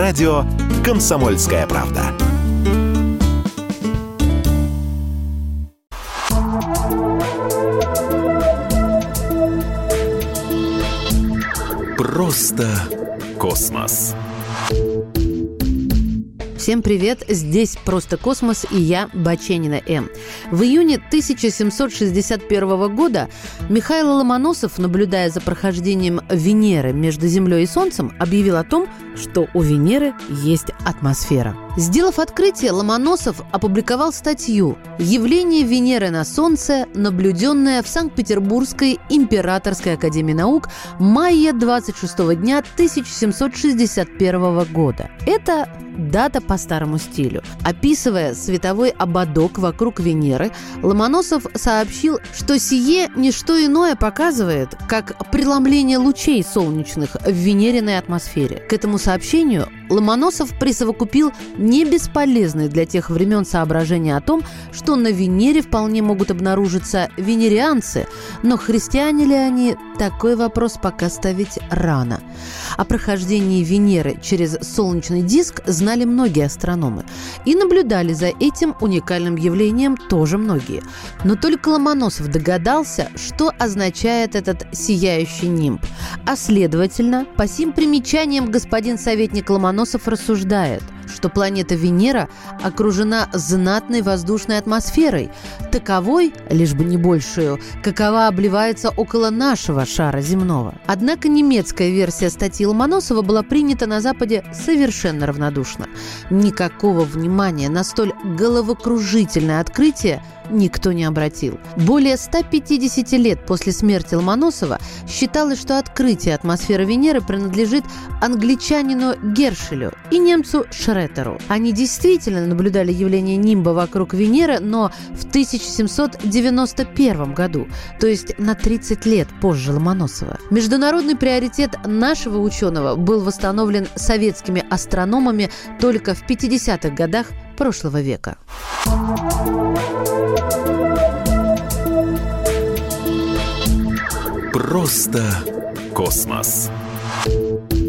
радио «Комсомольская правда». Просто космос. Всем привет! Здесь «Просто космос» и я, Баченина М. В июне 1761 года Михаил Ломоносов, наблюдая за прохождением Венеры между Землей и Солнцем, объявил о том, что у Венеры есть атмосфера. Сделав открытие, Ломоносов опубликовал статью «Явление Венеры на Солнце, наблюденное в Санкт-Петербургской императорской академии наук мая 26 дня 1761 года». Это дата по старому стилю. Описывая световой ободок вокруг Венеры, Ломоносов сообщил, что сие не что иное показывает, как преломление лучей солнечных в Венериной атмосфере. К этому сообщению Ломоносов присовокупил не бесполезные для тех времен соображения о том, что на Венере вполне могут обнаружиться венерианцы, но христиане ли они, такой вопрос пока ставить рано. О прохождении Венеры через солнечный диск знали многие астрономы, и наблюдали за этим уникальным явлением тоже многие. Но только Ломоносов догадался, что означает этот сияющий нимб. А следовательно, по сим примечаниям господин советник Ломоносов рассуждает, что планета Венера окружена знатной воздушной атмосферой, таковой, лишь бы не большую, какова обливается около нашего шара земного. Однако немецкая версия статьи Ломоносова была принята на Западе совершенно равнодушно. Никакого внимания на столь головокружительное открытие никто не обратил. Более 150 лет после смерти Ломоносова считалось, что открытие атмосферы Венеры принадлежит англичанину Гершелю и немцу Шреттеру. Они действительно наблюдали явление нимба вокруг Венеры, но в 1791 году, то есть на 30 лет позже Ломоносова. Международный приоритет нашего ученого был восстановлен советскими астрономами только в 50-х годах прошлого века. Просто космос.